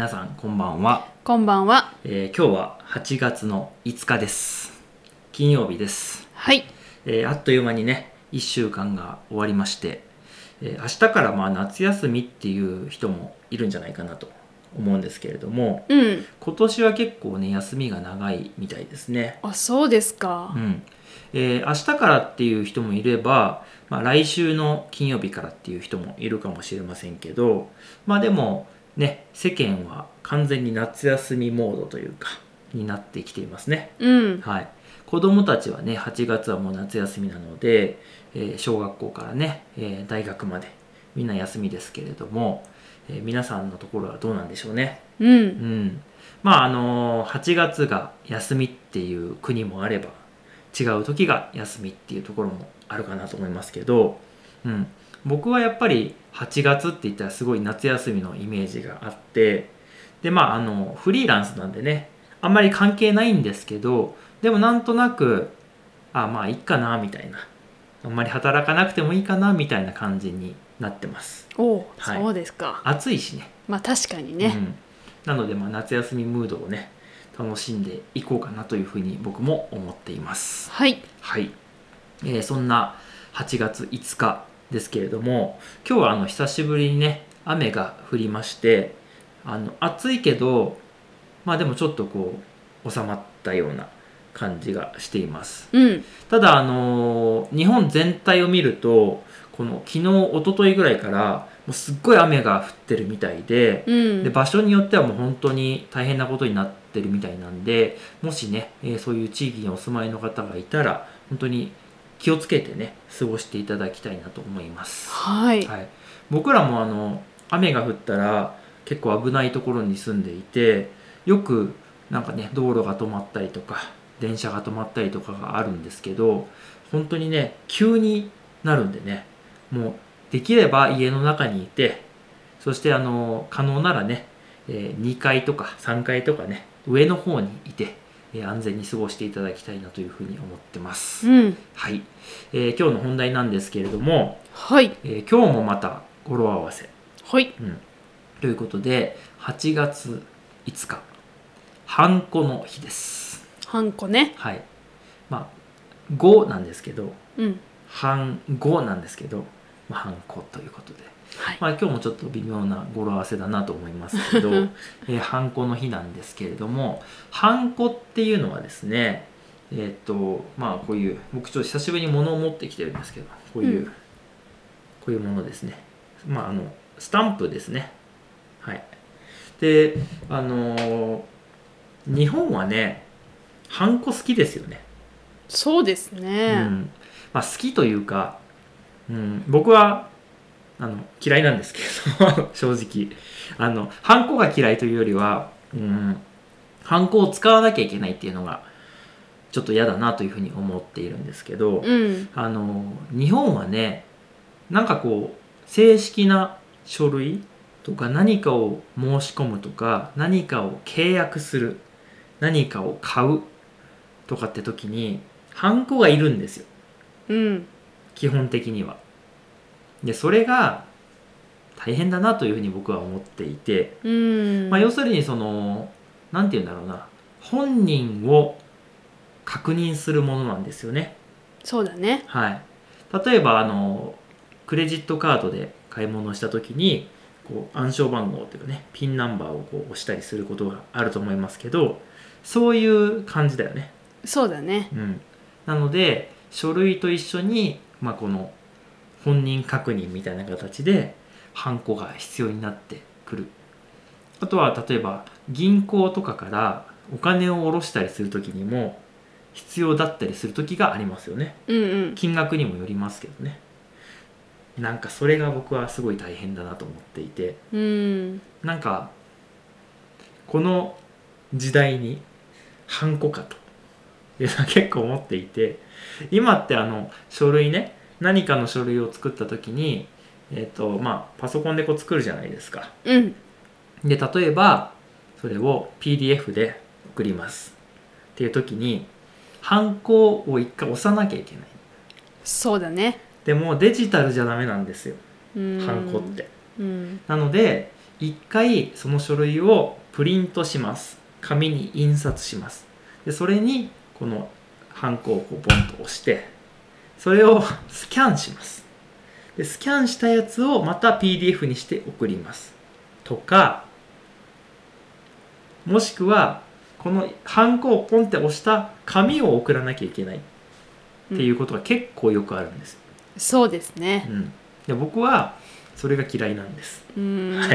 皆さんこんばんは。 こんばんは。 今日は8月の5日です。金曜日です。 はい。 あっという間にね1週間が終わりまして、明日から夏休みっていう人もいるんじゃないかなと思うんですけれども、今年は結構ね休みが長いみたいですね。 あ、そうですか。 明日からっていう人もいれば、来週の金曜日からっていう人もいるかもしれませんけど、でもね、世間は完全に夏休みモードというかになってきていますね。はい、子どもたちはね8月はもう夏休みなので、小学校からね、大学までみんな休みですけれども、皆さんのところはどうなんでしょうね。8月が休みっていう国もあれば違う時が休みっていうところもあるかなと思いますけど、僕はやっぱり8月って言ったらすごい夏休みのイメージがあって、でフリーランスなんでねあんまり関係ないんですけど、でもなんとなくいいかなみたいな、あんまり働かなくてもいいかなみたいな感じになってます。 はい、そうですか。 暑いしね。 確かにね。 なので夏休みムードをね楽しんでいこうかなというふうに僕も思っています。 はい。 そんな8月5日ですけれども、今日は久しぶりにね雨が降りまして、暑いけどでもちょっとこう収まったような感じがしています。ただ日本全体を見るとこの昨日一昨日ぐらいからもうすっごい雨が降ってるみたいで、で場所によってはもう本当に大変なことになってるみたいなんで、もしね、そういう地域にお住まいの方がいたら本当に気をつけてね過ごしていただきたいなと思います。僕らも雨が降ったら結構危ないところに住んでいて、よくなんかね道路が止まったりとか電車が止まったりとかがあるんですけど、本当にね急になるんでね、もうできれば家の中にいて、そして可能ならね、2階とか3階とかね上の方にいて安全に過ごしていただきたいなというふうに思ってます。今日の本題なんですけれども、今日もまた語呂合わせ、ということで8月5日ハンコの日です。 ハンコね。 語なんですけど、半語なんですけど、ハンコということで、今日もちょっと微妙な語呂合わせだなと思いますけどハンコの日なんですけれども、ハンコっていうのはですね、こういう、僕ちょっと久しぶりに物を持ってきてるんですけど、こういうものですね。スタンプですね。で日本はねハンコ好きですよね。 そうですね。 好きというか、僕は嫌いなんですけど正直ハンコが嫌いというよりは、ハンコを使わなきゃいけないっていうのがちょっと嫌だなというふうに思っているんですけど、日本はねなんかこう正式な書類とか何かを申し込むとか何かを契約する、何かを買うとかって時にハンコがいるんですよ。基本的には。でそれが大変だなというふうに僕は思っていて、要するになんて言うんだろうな、本人を確認するものなんですよね。 そうだね。 例えばクレジットカードで買い物をした時にこう暗証番号というかねピンナンバーをこう押したりすることがあると思いますけど、そういう感じだよね。 そうだね。 なので書類と一緒に、この本人確認みたいな形でハンコが必要になってくる。あとは例えば銀行とかからお金を下ろしたりする時にも必要だったりする時がありますよね。金額にもよりますけどね。なんかそれが僕はすごい大変だなと思っていて、なんかこの時代にハンコかというのは結構思っていて、今って書類ね、何かの書類を作った時にパソコンでこう作るじゃないですか。で例えばそれを PDF で送りますっていう時にハンコを一回押さなきゃいけない。 そうだね。 でもデジタルじゃダメなんですよ、ハンコって。なので一回その書類をプリントします。紙に印刷します。でそれにこのハンコをこうボンと押して、それをスキャンします。でスキャンしたやつをまた PDF にして送りますとか、もしくはこのハンコをポンって押した紙を送らなきゃいけないっていうことが結構よくあるんです。 そうですね。 で僕はそれが嫌いなんです。はい、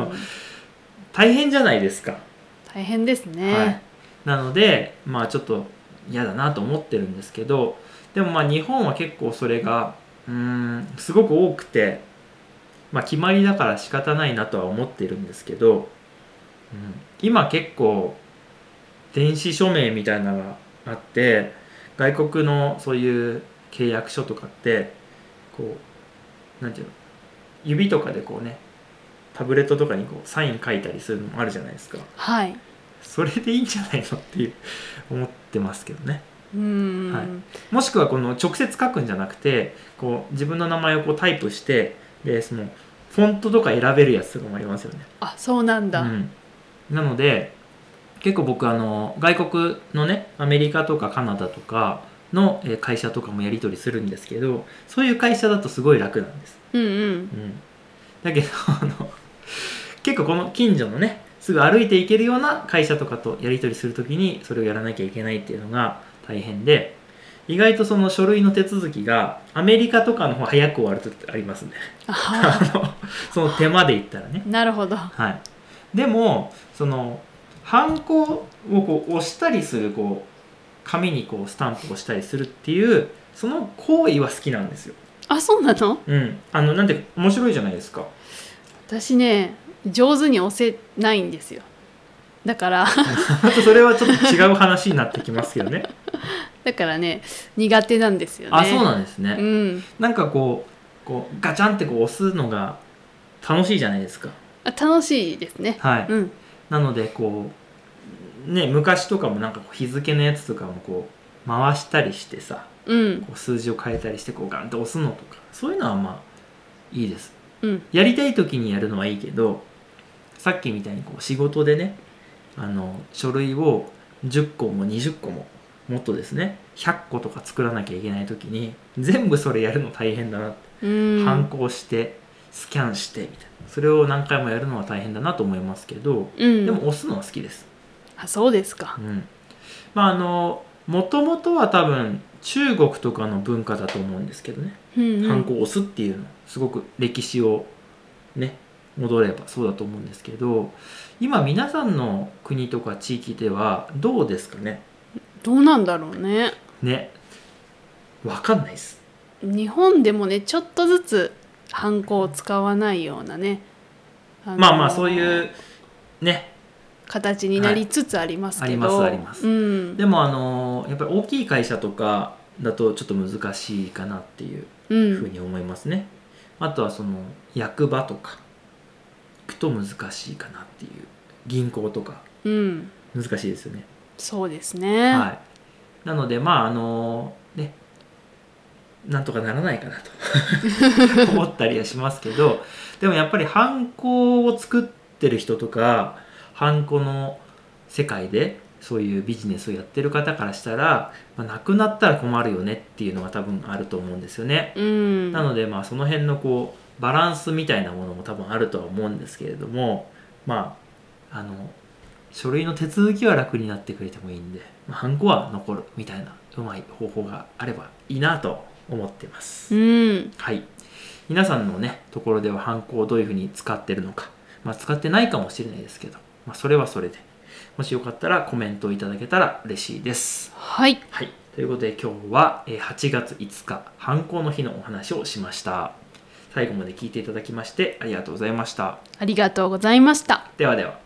い、 大変じゃないですか。 大変ですね。 はい、なのでまあちょっと嫌だなと思ってるんですけど、でもまあ日本は結構それがすごく多くて、まあ決まりだから仕方ないなとは思ってるんですけど、今結構電子署名みたいなのがあって、外国のそういう契約書とかってこうなんていうの、指とかでこうね、タブレットとかにこうサイン書いたりするのもあるじゃないですか。 はい。 それでいいんじゃないのっていう思ってますけどね。 はい、 もしくはこの直接書くんじゃなくて、こう自分の名前をこうタイプして、でそのフォントとか選べるやつとかもありますよね。 あ、そうなんだ。 なので結構僕外国のね、アメリカとかカナダとかの会社とかもやり取りするんですけど、そういう会社だとすごい楽なんです。だけど結構この近所のね、すぐ歩いていけるような会社とかとやり取りするときにそれをやらなきゃいけないっていうのが大変で、意外とその書類の手続きがアメリカとかの方早く終わる時ってありますね。その手間で言ったらね。 なるほど。 はい。でもそのハンコをこう押したりする、こう紙にこうスタンプを押したりするっていうその行為は好きなんですよ。 あ、そうなの？ なんで面白いじゃないですか。 私ね、上手に押せないんですよ。だからそれはちょっと違う話になってきますけどね。 だからね、苦手なんですよね。 あ、そうなんですね。なんかこうガチャンってこう押すのが楽しいじゃないですか。 楽しいですね。 はい。なのでこうね、昔とかもなんか日付のやつとかもこう回したりしてさ、こう数字を変えたりしてこうガンと押すのとか、そういうのはまあいいです。やりたい時にやるのはいいけど、さっきみたいにこう仕事でね、書類を10個も20個ももっとですね100個とか作らなきゃいけない時に全部それやるの大変だなって、反抗してスキャンしてみたいな、それを何回もやるのは大変だなと思いますけど、でも押すのは好きです。 あ、そうですか。 まあもともとは多分中国とかの文化だと思うんですけどね、ハンコを押すっていうのすごく歴史をね戻ればそうだと思うんですけど、今皆さんの国とか地域ではどうですかね。 どうなんだろうね。 分かんないです。 日本でもね、ちょっとずつハンコを使わないようなね、 まあまあそういうね形になりつつありますけど、あります。でもやっぱり大きい会社とかだとちょっと難しいかなっていうふうに思いますね。あとはその役場とか行くと難しいかなっていう、銀行とか、難しいですよね。 そうですね。 なのでまあね、なんとかならないかなと思ったりはしますけど、でもやっぱりハンコを作ってる人とかハンコの世界でそういうビジネスをやってる方からしたら、なくなったら困るよねっていうのが多分あると思うんですよね。なのでまあその辺のこうバランスみたいなものも多分あるとは思うんですけれども、まあ書類の手続きは楽になってくれてもいいんで、ハンコは残るみたいなうまい方法があればいいなと思ってます。はい。皆さんのねところではハンコをどういうふうに使ってるのか、使ってないかもしれないですけど、それはそれで、もしよかったらコメントをいただけたら嬉しいです。 はい。 ということで今日は8月5日ハンコの日のお話をしました。最後まで聞いていただきましてありがとうございました。 ありがとうございました。 ではでは。